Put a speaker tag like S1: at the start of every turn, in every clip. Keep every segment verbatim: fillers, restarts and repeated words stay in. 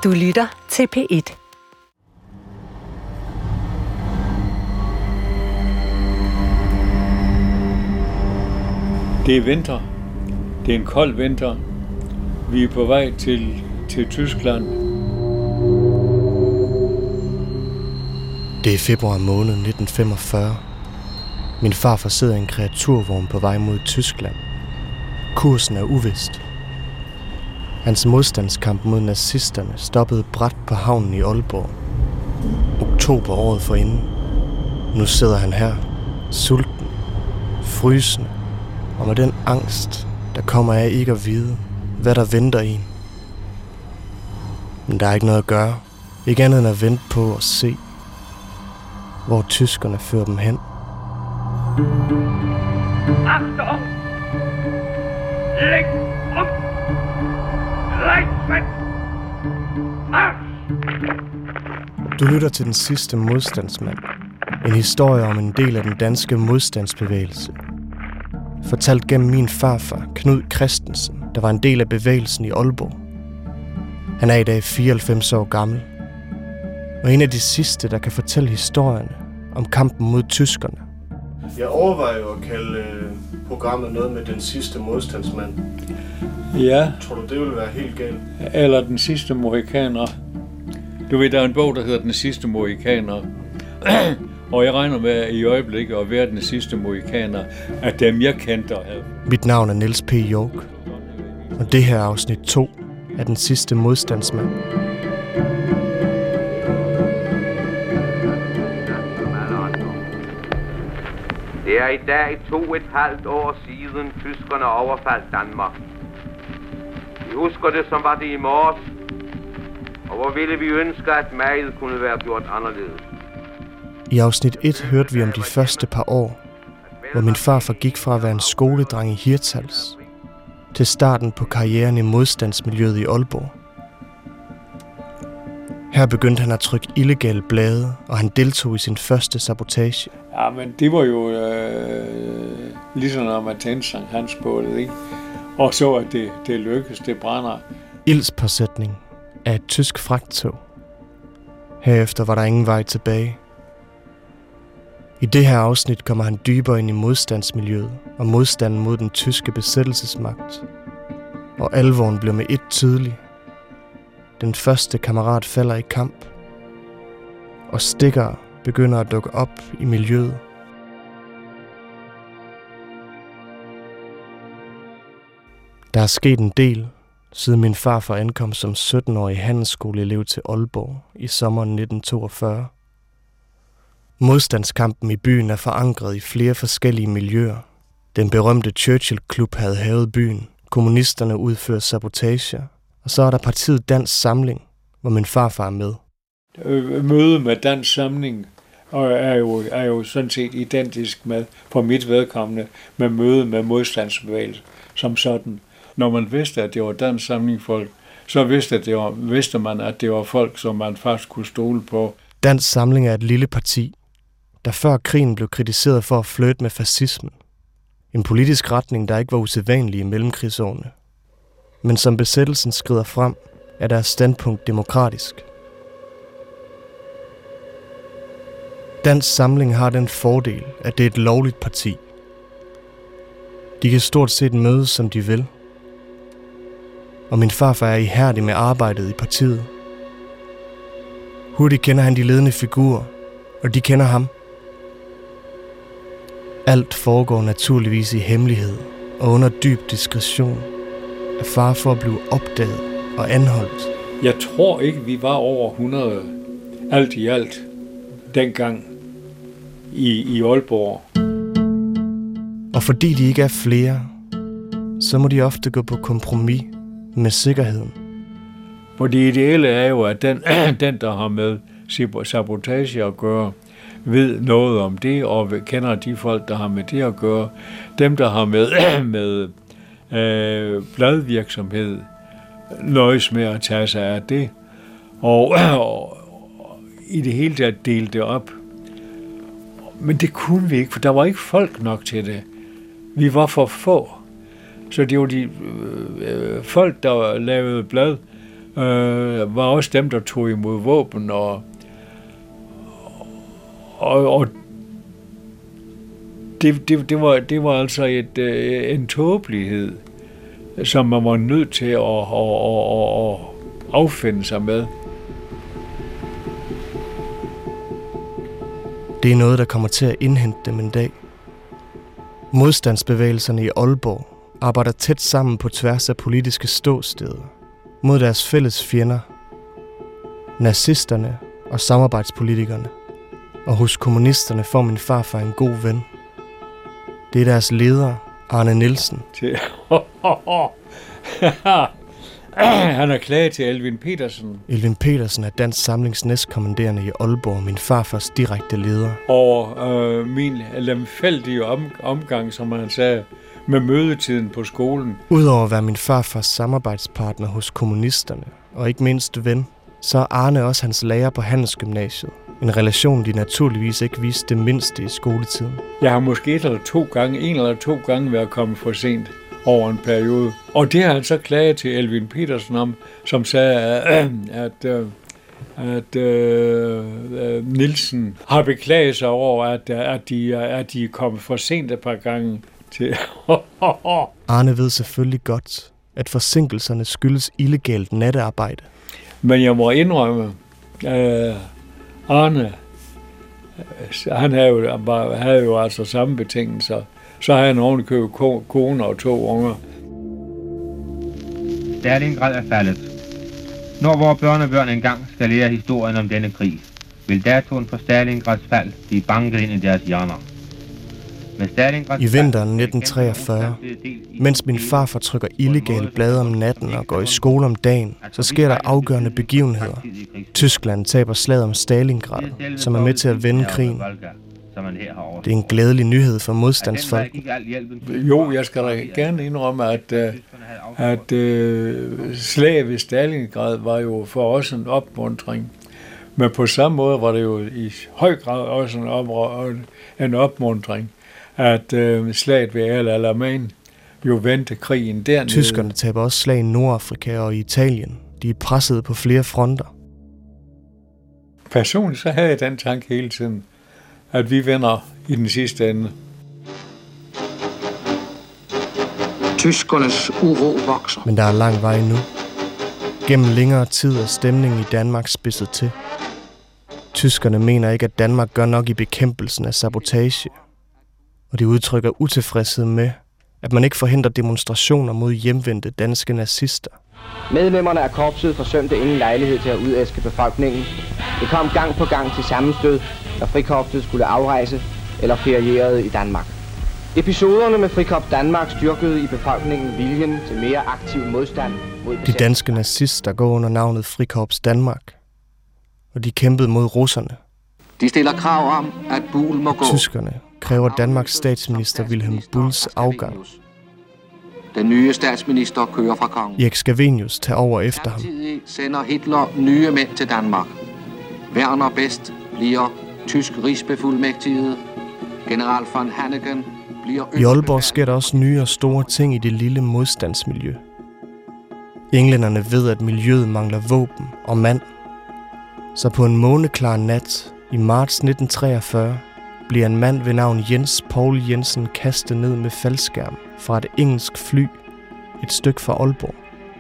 S1: Du lytter til P et.
S2: Det er vinter. Det er en kold vinter. Vi er på vej til, til Tyskland.
S3: Det er februar måned nitten femogfyrre. Min farfar sidder i en kreaturvogn på vej mod Tyskland. Kursen er uvist. Hans modstandskamp mod nazisterne stoppede brat på havnen i Aalborg. Oktober året forinden. Nu sidder han her, sulten, frysende, og med den angst, der kommer af ikke at vide, hvad der venter en. Men der er ikke noget at gøre. Ikke andet end at vente på og se, hvor tyskerne fører dem hen.
S4: Achtung! Læg op! Leitmand! Marsch!
S3: Du lytter til Den sidste modstandsmand. En historie om en del af den danske modstandsbevægelse. Fortalt gennem min farfar, Knud Christensen, der var en del af bevægelsen i Aalborg. Han er i dag fireoghalvfems år gammel. Og en af de sidste, der kan fortælle historierne om kampen mod tyskerne. Jeg overvejer jo at kalde øh, programmet noget med Den sidste modstandsmand.
S2: Ja.
S3: Tror du, det ville være helt galt?
S2: Eller Den sidste mohikaner. Du ved, der er en bog, der hedder Den sidste mohikaner. Og jeg regner med i øjeblikket at være den sidste mohikaner af dem, jeg kendte og havde.
S3: Mit navn er Niels P. York. Og det her er afsnit to af Den sidste modstandsmand.
S5: Det er i dag to et halvt år siden tyskerne overfaldt Danmark. Vi husker det, som var det i morges, og hvor ville vi ønske, at meget kunne være gjort anderledes.
S3: I afsnit et hørte vi om de første par år, hvor min farfar gik fra at være en skoledreng i Hirtshals til starten på karrieren i modstandsmiljøet i Aalborg. Her begyndte han at trykke illegale blade, og han deltog i sin første sabotage.
S2: Ja, men det var jo øh, ligesom når man tændte Sankt Hans bålet, ikke? Og så at det, det lykkes, det brænder.
S3: Ildspåsætning af et tysk fragttog. Herefter var der ingen vej tilbage. I det her afsnit kommer han dybere ind i modstandsmiljøet og modstanden mod den tyske besættelsesmagt. Og alvoren bliver med ét tydelig. Den første kammerat falder i kamp, og stikkere begynder at dukke op i miljøet. Der er sket en del, siden min farfar ankom som sytten-årig handelsskoleelev til Aalborg i sommeren nitten toogfyrre. Modstandskampen i byen er forankret i flere forskellige miljøer. Den berømte Churchill-klub havde hærget byen, kommunisterne udfører sabotager, og så er der partiet Dansk Samling, hvor min farfar er med.
S2: Møde med Dansk Samling er jo, er jo sådan set identisk med, for mit vedkommende, med møde med modstandsbevægelsen som sådan. Når man vidste, at det var Dansk Samling folk, så vidste, at det var, vidste man, at det var folk, som man faktisk kunne stole på.
S3: Dansk Samling er et lille parti, der før krigen blev kritiseret for at flirte med fascismen. En politisk retning, der ikke var usædvanlig i mellemkrigsårene. Men som besættelsen skrider frem, er deres standpunkt demokratisk. Dansk Samling har den fordel, at det er et lovligt parti. De kan stort set mødes, som de vil. Og min farfar er ihærdig med arbejdet i partiet. Hurtigt kender han de ledende figurer, og de kender ham. Alt foregår naturligvis i hemmelighed og under dyb diskretion, af fare for at blive opdaget og anholdt.
S2: Jeg tror ikke, vi var over hundrede alt i alt dengang i, i Aalborg.
S3: Og fordi de ikke er flere, så må de ofte gå på kompromis med sikkerheden.
S2: For det ideelle er jo, at den, den der har med sabotage at gøre, ved noget om det, og kender de folk, der har med det at gøre. Dem, der har med, med øh, bladvirksomhed, nøjes med at tage sig af det, og, og i det hele taget dele det op. Men det kunne vi ikke, for der var ikke folk nok til det. Vi var for få. Så det var de øh, folk, der lavede blad øh, var også dem, der tog imod våben, og, og, og det, det, det, var, det var altså et, en tåbelighed, som man var nødt til at, at, at, at affinde sig med.
S3: Det er noget, der kommer til at indhente dem en dag. Modstandsbevægelserne i Aalborg arbejder tæt sammen på tværs af politiske ståsteder mod deres fælles fjender, nazisterne og samarbejdspolitikerne. Og hos kommunisterne får min farfar en god ven. Det er deres leder, Arne Nielsen.
S2: Han er klaget til Elvin Petersen.
S3: Elvin Petersen er Dansk Samlings næstkommanderende i Aalborg, min farfars direkte leder.
S2: Over øh, min lemfældige om, omgang, som han sagde, med mødetiden på skolen.
S3: Udover at være min farfars samarbejdspartner hos kommunisterne, og ikke mindst ven, så er Arne også hans lærer på Handelsgymnasiet. En relation, de naturligvis ikke viste det mindste i skoletiden. Jeg
S2: har måske et eller to gange, en eller to gange været kommet for sent over en periode. Og det har han så klaget til Elvin Petersen om, som sagde, at, at, at, at Nielsen har beklaget sig over, at, at, de, at de er kommet for sent et par gange til.
S3: Arne ved selvfølgelig godt, at forsinkelserne skyldes illegalt nattearbejde.
S2: Men jeg må indrømme, at Arne, han havde jo, havde jo altså samme betingelser. Så har han ovenikøbet kone og to unger.
S1: Stalingrad er faldet. Når vores børnebørn engang skal lære historien om denne krig, vil datoen for Stalingrads fald blive banket ind i deres hjerner.
S3: I vinteren nitten treogfyrre, mens min farfar trykker illegale blade om natten og går i skole om dagen, så sker der afgørende begivenheder. Tyskland taber slaget om Stalingrad, som er med til at vende krigen. Det er en glædelig nyhed for modstandsfolk.
S2: Jo, jeg skal da gerne indrømme, at, at uh, slaget ved Stalingrad var jo for os en opmuntring. Men på samme måde var det jo i høj grad også en, op, en opmuntring, at uh, slaget ved El Alamein jo vendte krigen dernede.
S3: Tyskerne taber også slag i Nordafrika og i Italien. De er presset på flere fronter.
S2: Personligt så havde jeg den tanke hele tiden, at vi vinder i den sidste ende.
S6: Tyskernes uro vokser.
S3: Men der er lang vej nu. Gennem længere tid er stemningen i Danmark spidset til. Tyskerne mener ikke, at Danmark gør nok i bekæmpelsen af sabotage. Og de udtrykker utilfredshed med, at man ikke forhindrer demonstrationer mod hjemvendte danske nazister.
S7: Medlemmerne af korpset forsømte ingen lejlighed til at udæske befolkningen. Det kom gang på gang til sammenstød, når frikorpset skulle afrejse eller ferierede i Danmark. Episoderne med Frikorps Danmark styrkede i befolkningen viljen til mere aktiv modstand mod
S3: de danske nazister går under navnet Frikorps Danmark, og de kæmpede mod russerne.
S6: De stiller krav om, at Buhl må gå.
S3: Tyskerne kræver Danmarks statsminister Wilhelm Bulls afgang.
S6: Den nye statsminister kører fra kongen.
S3: Erik Scavenius tager over efter ham.
S6: Samtidig sender Hitler nye mænd til Danmark. Werner Best bliver tysk rigsbefuldmægtiget. General von Hanneken bliver...
S3: I Aalborg sker der også nye og store ting i det lille modstandsmiljø. Englænderne ved, at miljøet mangler våben og mand. Så på en måneklar nat i marts nitten treogfyrre bliver en mand ved navn Jens Paul Jensen kastet ned med faldskærm fra et engelsk fly et stykke fra Aalborg.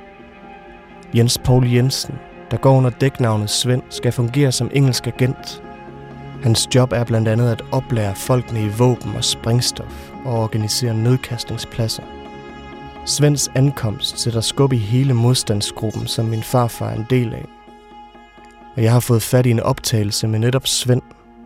S3: Jens Paul Jensen, der går under dæknavnet Svend, skal fungere som engelsk agent. Hans job er blandt andet at oplære folkene i våben og sprængstof og organisere nedkastningspladser. Svends ankomst sætter skub i hele modstandsgruppen, som min farfar er en del af. Og jeg har fået fat i en optagelse med netop Svend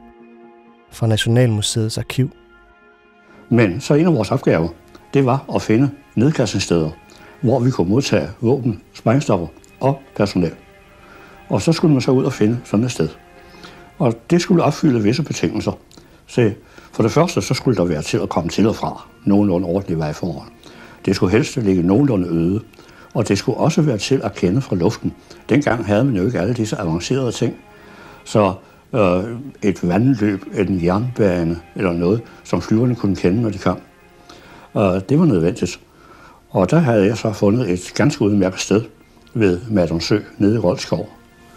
S3: fra Nationalmuseets arkiv.
S8: Men så en af vores opgaver, det var at finde nedkastningssteder, hvor vi kunne modtage våben, sprængstoffer og personel. Og så skulle man så ud og finde sådan et sted. Og det skulle opfylde visse betingelser. Så for det første, så skulle der være til at komme til og fra nogenlunde ordentlige vejforhold. Det skulle helst ligge nogenlunde øde, og det skulle også være til at kende fra luften. Dengang havde man jo ikke alle disse avancerede ting. Så øh, et vandløb, en jernbane eller noget, som flyverne kunne kende, når de kom. Og det var nødvendigt. Og der havde jeg så fundet et ganske udmærket sted ved Madonsø nede i Roldskov.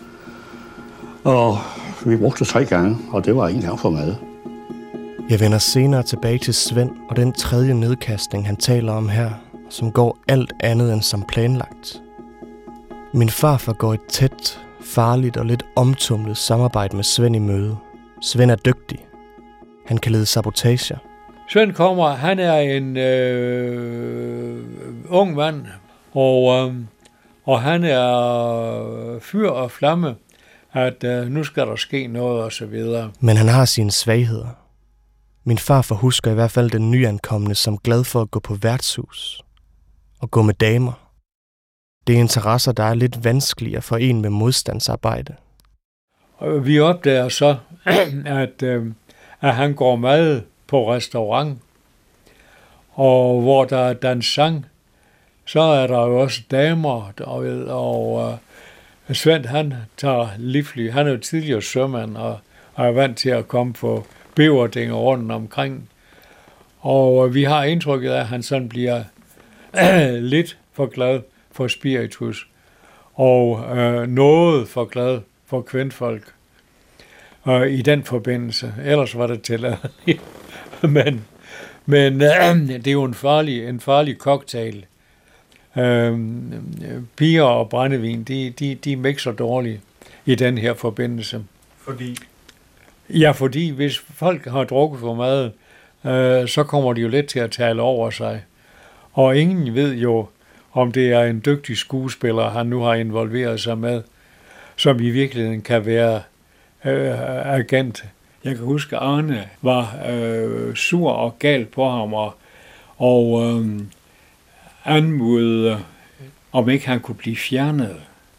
S8: Og vi brugte tre gange, og det var ikke engang for mad.
S3: Jeg vender senere tilbage til Svend og den tredje nedkastning, han taler om her, som går alt andet end som planlagt. Min farfar går et tæt, farligt og lidt omtumlet samarbejde med Svend i møde. Svend er dygtig. Han kan lede sabotager.
S2: Svend kommer, han er en øh, ung mand, og, øh, og han er fyr og flamme, at øh, nu skal der ske noget og så videre.
S3: Men han har sine svagheder. Min farfar husker i hvert fald den nyankomne som glad for at gå på værtshus og gå med damer. Det er interesser, der er lidt vanskeligere for en med modstandsarbejde.
S2: Og vi opdager så, at, øh, at han går meget på restaurant, og hvor der er dansang, så er der jo også damer, og, og uh, Svend, han tager livlig. Han er jo tidligere sømand, og, og er vant til at komme på beverdinger rundt omkring. Og uh, vi har indtrykket af, at han sådan bliver uh, lidt for glad for spiritus, og uh, noget for glad for kvindfolk uh, i den forbindelse. Ellers var det tilladeligt. men men øh, det er jo en farlig, en farlig cocktail. Øh, piger og brændevin, de, de, de mixer dårligt i den her forbindelse.
S3: Fordi?
S2: Ja, fordi hvis folk har drukket for meget, øh, så kommer de jo let til at tale over sig. Og ingen ved jo, om det er en dygtig skuespiller, han nu har involveret sig med, som i virkeligheden kan være øh, agent. Jeg kan huske, at Arne var øh, sur og gal på ham, og, og øh, anmodede, om ikke han kunne blive fjernet.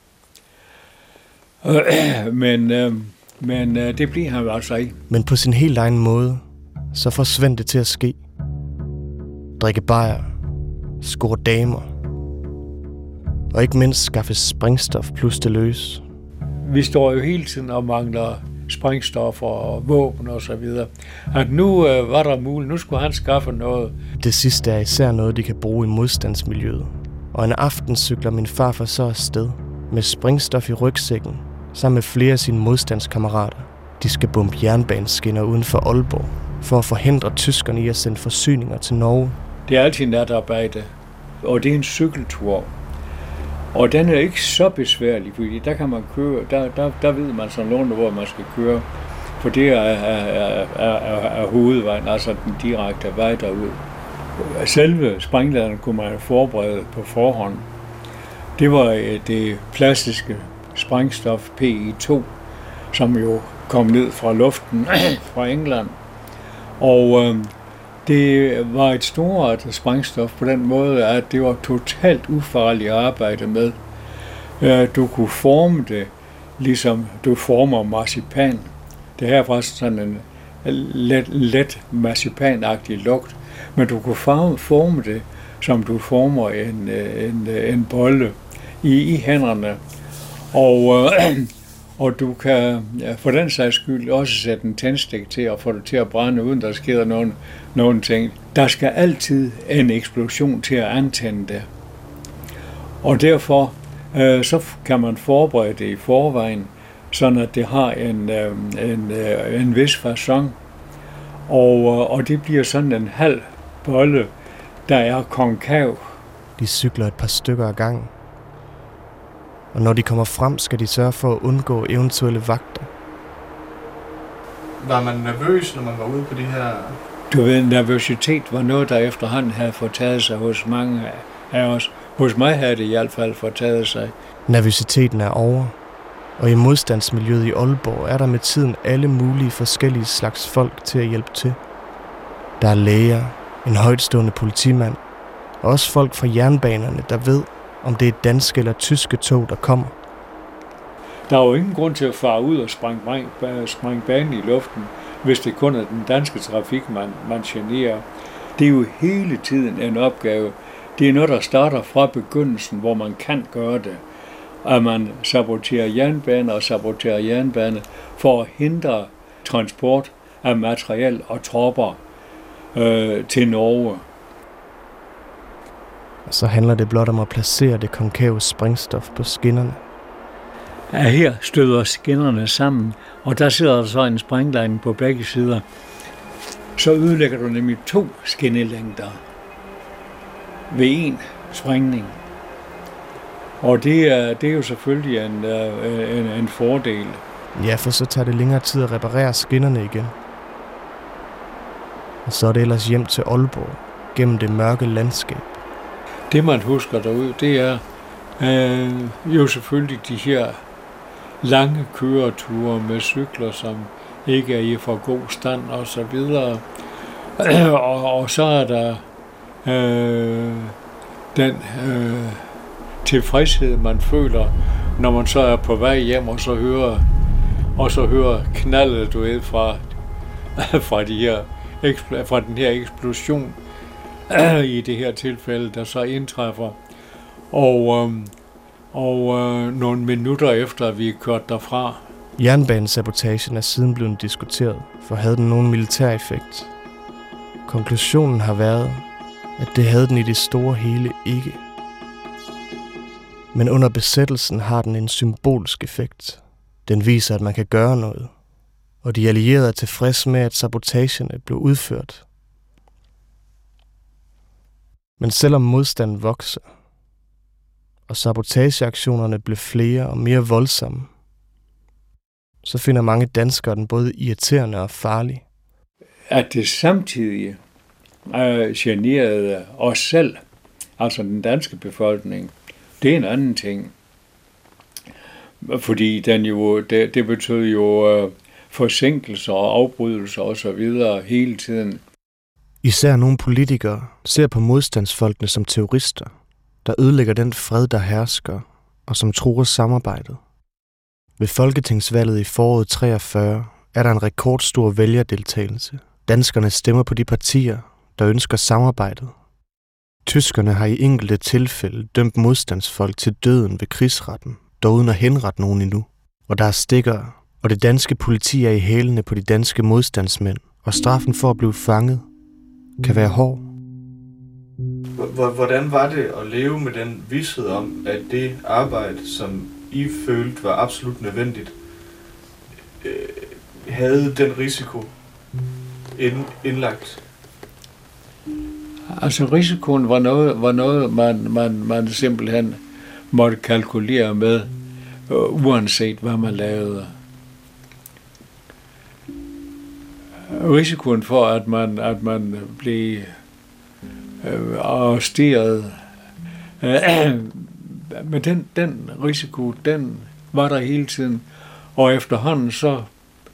S2: Øh, men øh, men øh, det blev han altså ikke.
S3: Men på sin helt egen måde, så får Svend det til at ske. Drikke bajer, score damer, og ikke mindst skaffe sprængstof plus det løs.
S2: Vi står jo hele tiden og mangler sprængstoffer og våben og så videre. At nu øh, var der muligt, nu skulle han skaffe noget.
S3: Det sidste er især noget, de kan bruge i modstandsmiljøet. Og en aften cykler min farfar så afsted med sprængstof i rygsækken, sammen med flere af sine modstandskammerater. De skal bombe jernbaneskinner uden for Aalborg, for at forhindre tyskerne i at sende forsyninger til Norge.
S2: Det er altid natarbejde, og det er en cykeltur. Og den er ikke så besværlig, fordi der kan man køre, der, der, der ved man sådan nogenlunde, hvor man skal køre, for det er, er, er, er, er hovedvejen, altså den direkte vej derud. Selve sprængladeren kunne man forberede på forhånd. Det var det plastiske sprængstof P I to, som jo kom ned fra luften fra England. Og øh, det var et stort sprængstof på den måde, at det var totalt ufarligt at arbejde med. Du kunne forme det, ligesom du former marcipan. Det her var sådan en let, let marcipanagtig lugt, men du kunne forme det, som du former en, en, en bolle i, i hænderne. Og, øh, og du kan ja, for den sags skyld også sætte en tændstik til at få det til at brænde, uden der sker nogen, nogen ting. Der skal altid en eksplosion til at antænde det. Og derfor øh, så kan man forberede det i forvejen, sådan at det har en, øh, en, øh, en vis facon. Og, øh, og det bliver sådan en halv bolle, der er konkav.
S3: De cykler et par stykker ad gangen. Og når de kommer frem, skal de sørge for at undgå eventuelle vagter.
S9: Var man nervøs, når man var ude på de her...
S2: Du ved, nervøsitet var noget, der efterhånden havde fortaget sig hos mange af os. Hos mig havde det i hvert fald fortaget sig.
S3: Nervøsiteten er over. Og i modstandsmiljøet i Aalborg er der med tiden alle mulige forskellige slags folk til at hjælpe til. Der er læger, en højtstående politimand, og også folk fra jernbanerne, der ved, om det er danske eller tyske tog, der kommer.
S2: Der er jo ingen grund til at fare ud og sprænge banen i luften, hvis det kun er den danske trafik, man, man generer. Det er jo hele tiden en opgave. Det er noget, der starter fra begyndelsen, hvor man kan gøre det. At man saboterer jernbaner og saboterer jernbaner for at hindre transport af materiel og tropper øh, til Norge.
S3: Så handler det blot om at placere det konkave sprængstof på skinnerne.
S2: Ja, her støder skinnerne sammen, og der sidder der så en sprængladning på begge sider. Så ødelægger du nemlig to skinnelængder ved en sprængning. Og det er, det er jo selvfølgelig en, en, en fordel.
S3: Ja, for så tager det længere tid at reparere skinnerne igen. Og så er det ellers hjem til Aalborg, gennem det mørke landskab.
S2: Det man husker derude, det er øh, jo selvfølgelig de her lange køreture med cykler, som ikke er i for god stand og så videre. og, og så er der øh, den øh, tilfredshed, man føler, når man så er på vej hjem og så hører, og så hører knaldet, du ved, fra, fra, de her, fra den her eksplosion i det her tilfælde, der så indtræffer. Og, øh, og øh, nogle minutter efter, at vi er kørt derfra.
S3: Jernbanesabotagen er siden blevet diskuteret, for havde den nogen militær effekt? Konklusionen har været, at det havde den i det store hele ikke. Men under besættelsen har den en symbolsk effekt. Den viser, at man kan gøre noget, og de allierede er tilfredse med, at sabotagerne blev udført. Men selvom modstanden vokser, og sabotageaktionerne blev flere og mere voldsomme, så finder mange danskere den både irriterende og farlig.
S2: At det samtidig øh, generede os selv, altså den danske befolkning, det er en anden ting. Fordi den jo, det, det betød jo øh, forsinkelser og afbrydelser og så videre hele tiden.
S3: Især nogle politikere ser på modstandsfolkene som terrorister, der ødelægger den fred, der hersker, og som truer samarbejdet. Ved folketingsvalget i foråret treogfyrre er der en rekordstor vælgerdeltagelse. Danskerne stemmer på de partier, der ønsker samarbejdet. Tyskerne har i enkelte tilfælde dømt modstandsfolk til døden ved krigsretten, dog uden at henrette nogen endnu. Og der er stikkere, og det danske politi er i hælene på de danske modstandsmænd, og straffen for at blive fanget kan være hård.
S9: Hvordan var det at leve med den vished om, at det arbejde, som I følte var absolut nødvendigt, øh, havde den risiko ind, indlagt?
S2: Altså risikoen var noget, var noget man, man, man simpelthen måtte kalkulere med, øh, uanset hvad man lavede. Risikoen for, at man, at man blev øh, arresteret, øh, men den, den risiko, den var der hele tiden, og efterhånden så,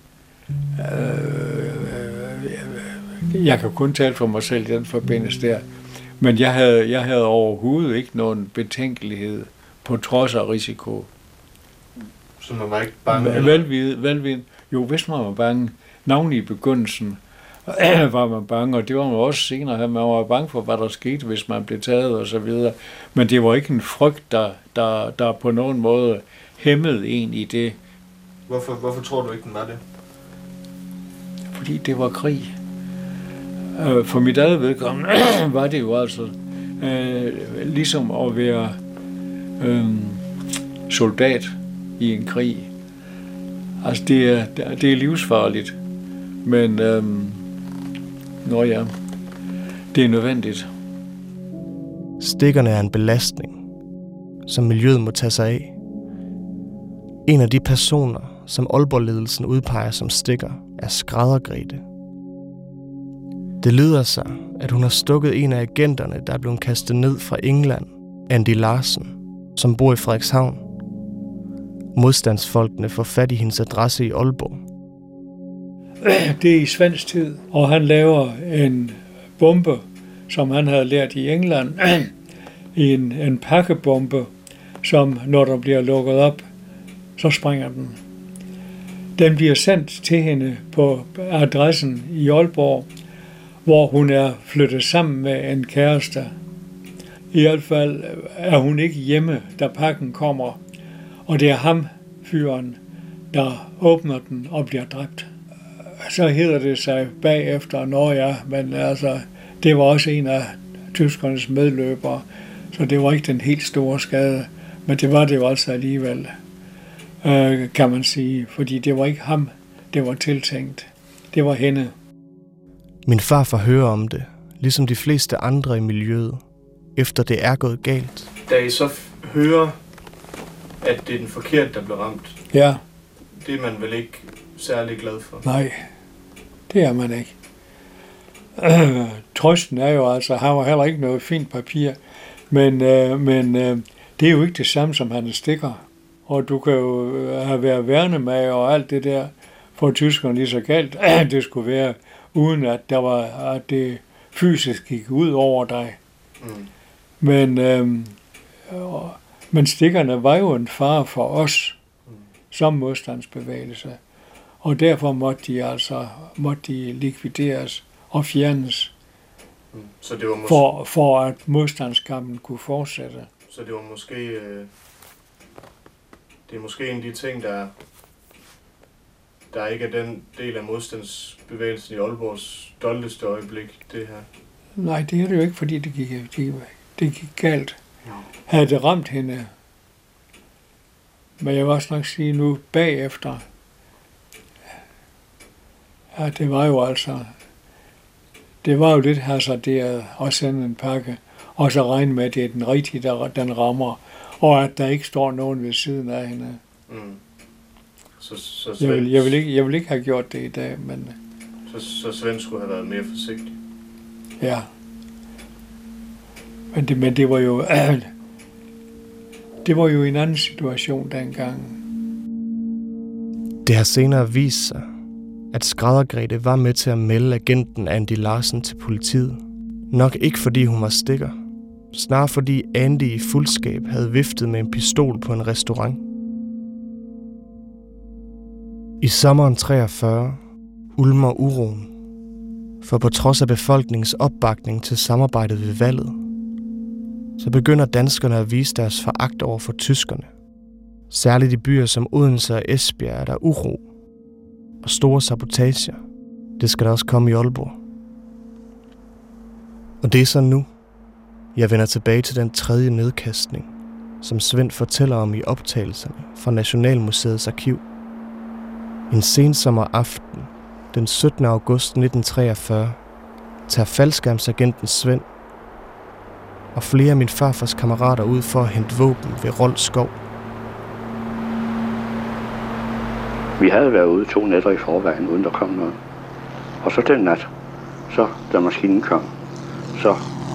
S2: øh, jeg kan kun tale for mig selv i den forbindelse der, men jeg havde, jeg havde overhovedet ikke nogen betænkelighed på trods af risiko.
S9: Så man var ikke bange?
S2: Velvid, velvid. Jo, hvis man var bange, navnlig i begyndelsen, var man bange, og det var man også senere. Man var bange for, hvad der skete, hvis man blev taget og så videre. Men det var ikke en frygt, der, der, der på nogen måde hæmmede en i det.
S9: Hvorfor, hvorfor tror du ikke, den var det?
S2: Fordi det var krig. For mit eget vedkommende var det jo altså øh, ligesom at være øh, soldat i en krig. Altså det er, det er livsfarligt, men øh, nå ja, det er nødvendigt.
S3: Stikkerne er en belastning, som miljøet må tage sig af. En af de personer, som Aalborg-ledelsen udpeger som stikker, er Skrædder-Grete. Det lyder sig, at hun har stukket en af agenterne, der er blevet kastet ned fra England, Andy Larsen, som bor i Frederikshavn. Modstandsfolkene får fat i hendes adresse i Aalborg.
S2: Det er i svensk tid, og han laver en bombe, som han havde lært i England. en, en pakkebombe, som når der bliver lukket op, så springer den. Den bliver sendt til hende på adressen i Aalborg, hvor hun er flyttet sammen med en kæreste. I hvert fald er hun ikke hjemme, da pakken kommer, og det er ham, fyren, der åbner den og bliver dræbt. Så hedder det sig bagefter, når ja, men altså, det var også en af tyskernes medløbere, Så det var ikke den helt store skade, men det var det jo altså alligevel, øh, kan man sige, fordi det var ikke ham, det var tiltænkt. Det var hende.
S3: Min farfar hører om det, ligesom de fleste andre i miljøet, efter det er gået galt.
S9: Da I så f- hører, at det er den forkerte, der blev ramt,
S2: ja.
S9: Det er man vel ikke særlig glad for?
S2: Nej, det er man ikke. Øh, trøsten er jo altså, han var heller ikke noget fint papir, men, øh, men øh, det er jo ikke det samme, som han stikker. Og du kan jo have været værnemager og alt det der, for tyskerne lige så galt, det skulle være, uden at, der var, at det fysisk gik ud over dig. Mm. Men, øh, men stikkerne var jo en fare for os, mm. som modstandsbevægelse. Og derfor måtte de altså måtte de likvideres og fjernes,
S9: mm. så det var mås-
S2: for, for at modstandskampen kunne fortsætte.
S9: Så det var måske, øh, det er måske en af de ting, der, der ikke er den del af modstandsbevægelsen i Aalborgs stolteste øjeblik, det her.
S2: Nej, det er det jo ikke, fordi det gik, det, det gik galt. Ja. Havde det ramt hende, men jeg vil også nok sige nu bagefter, ja, det var jo altså, det var jo lidt hasarderet at sende en pakke, og så regne med, at det er den rigtige, der den rammer, og at der ikke står nogen ved siden af hende. Mm.
S9: Så, så
S2: Svend... jeg, vil, jeg, vil ikke, jeg vil ikke have gjort det i dag, men...
S9: Så, så Svend skulle have været mere forsigtig?
S2: Ja. Men det, men det var jo... Øh, det var jo en anden situation dengang.
S3: Det har senere vist sig, at Skrædder-Grethe var med til at melde agenten Andy Larsen til politiet. Nok ikke fordi hun var stikker. Snarere fordi Andy i fuldskab havde viftet med en pistol på en restaurant. I sommeren treogfyrre ulmer uroen. For på trods af befolkningens opbakning til samarbejdet ved valget, så begynder danskerne at vise deres foragt over for tyskerne. Særligt i byer som Odense og Esbjerg er der uro og store sabotager. Det skal der også komme i Aalborg. Og det er så nu, jeg vender tilbage til den tredje nedkastning, som Svend fortæller om i optagelserne fra Nationalmuseets arkiv. En sensommeraften, den syttende august nitten treogfyrre, tager faldskærmsagenten Svend og flere af min farfars kammerater ud for at hente våben ved Rold Skov.
S8: Vi havde været ude to nætter i forvejen, uden der kom noget. Og så den nat, så da maskinen kom, så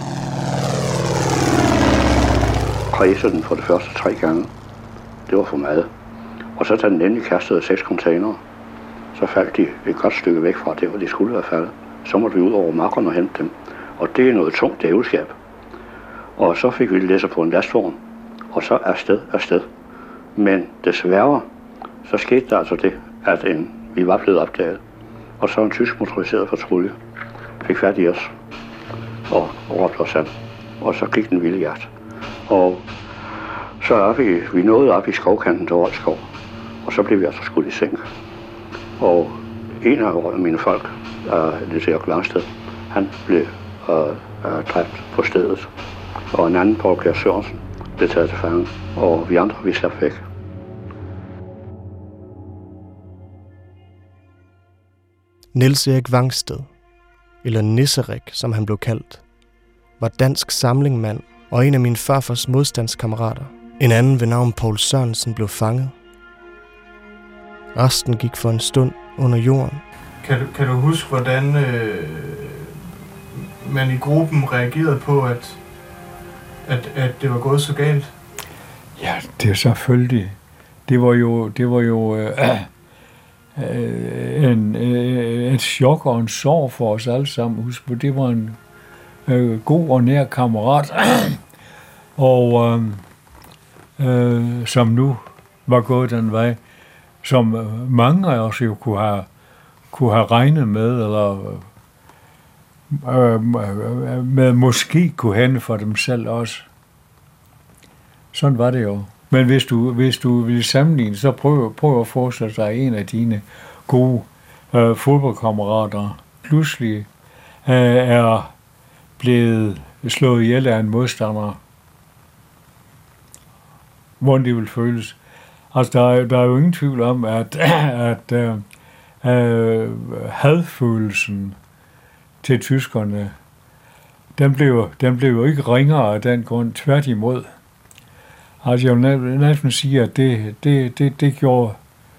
S8: kræsede den for det første tre gange. Det var for meget. Og så da den endelig kastede seks containere, så faldt de et godt stykke væk fra det, hvor de skulle være faldet. Så måtte vi ud over markerne og hente dem. Og det er noget tungt djævelskab. Og så fik vi læsser på en lastvogn, og så afsted, afsted. Men desværre, så skete der altså det, at en, vi var blevet opdaget. Og så en tysk motoriseret patrulje fik fat i os og råbte os an. Og så gik den vilde jagt. Og så er vi, vi nåede op i skovkanten til Rold Skov, og så blev vi altså skudt i sænk. Og en af mine folk, Niels Erik Langsted, han blev øh, dræbt på stedet. Og en anden, Poul Kjær Sørensen, blev taget til fange, og vi andre, vi slap væk.
S3: Niels Erik Vangsted, eller Nisserik, som han blev kaldt, var dansk samlingmand og en af min farfars modstandskammerater. En anden ved navn Poul Sørensen blev fanget. Resten gik for en stund under jorden.
S9: Kan du, kan du huske, hvordan øh, man i gruppen reagerede på, at, at, at det var gået så galt?
S2: Ja, det er selvfølgelig. Det var jo, det var jo øh, øh, en, øh, et chok og en sorg for os alle sammen. Husk på, det var en øh, god og nær kammerat, og øh, øh, som nu var gået den vej, som mange af os jo kunne have, kunne have regnet med, eller øh, med måske kunne hænde for dem selv også. Sådan var det jo. Men hvis du, hvis du vil sammenligne, så prøv, prøv at forestille dig en af dine gode øh, fodboldkammerater pludselig øh, er blevet slået ihjel af en modstander. hvordan det vil føles. Altså, der er, der er jo ingen tvivl om, at, at uh, uh, hadfølelsen til tyskerne, den blev, den blev jo ikke ringere af den grund, tværtimod. Altså, jeg vil næsten sige, at det, det, det, det gjorde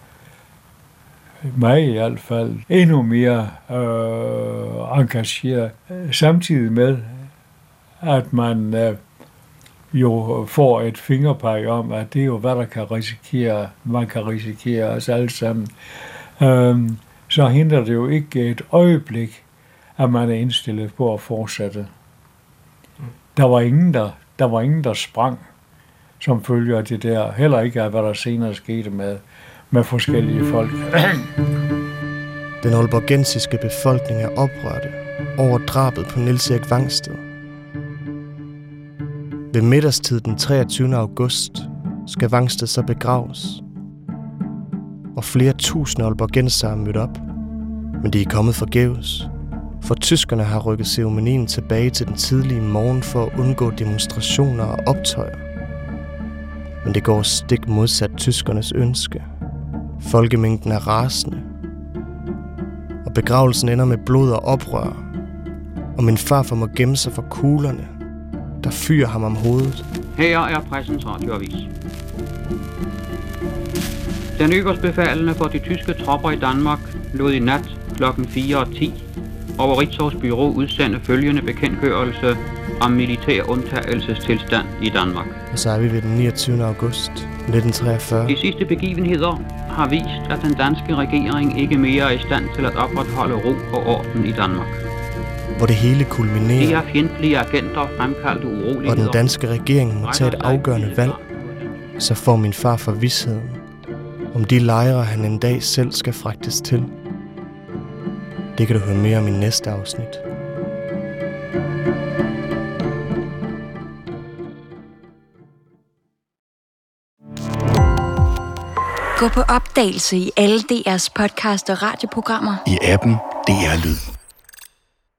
S2: mig i hvert fald endnu mere øh, engageret, samtidig med, at man øh, jo får et fingerpeg om, at det er jo, hvad der kan risikere, man kan risikere os alle sammen. Øh, så hindrer det jo ikke et øjeblik, at man er indstillet på at fortsætte. Der var ingen, der, der, var ingen, der sprang, som følger det der. Heller ikke af, hvad der senere skete med, med forskellige folk.
S3: Den aalborgensiske befolkning er oprørte over drabet på Niels Erik Vangsted. Ved middagstid den treogtyvende august skal Vangsted så begraves. Og flere tusinde aalborgensere er mødt op, men de er kommet forgæves. For tyskerne har rykket ceremonien tilbage til den tidlige morgen for at undgå demonstrationer og optøjer. Men det går stik modsat tyskernes ønske. Folkemængden er rasende. Og begravelsen ender med blod og oprør. Og min farfar må gemme sig for kuglerne, der fyrer ham om hovedet.
S10: Her er Pressens Radioavis. Den øverstbefalende for de tyske tropper i Danmark lod i nat klokken fire og ti over Ritzau's bureau udsende følgende bekendtgørelse om militær undtagelsestilstand i Danmark.
S3: Og så er vi ved den niogtyvende august nitten treogfyrre.
S10: De sidste begivenheder har vist, at den danske regering ikke mere er i stand til at opretholde ro og orden i Danmark.
S3: Hvor det hele kulminerer.
S10: De er fjendtlige agenter fremkaldte uroligheder.
S3: Og den danske regering må tage et afgørende valg. Så får min far for visheden om de lejre, han en dag selv skal fragtes til. Det kan du høre mere om i næste afsnit.
S11: Gå på opdagelse i alle D R's podcast og radioprogrammer.
S12: I appen D R Lyd.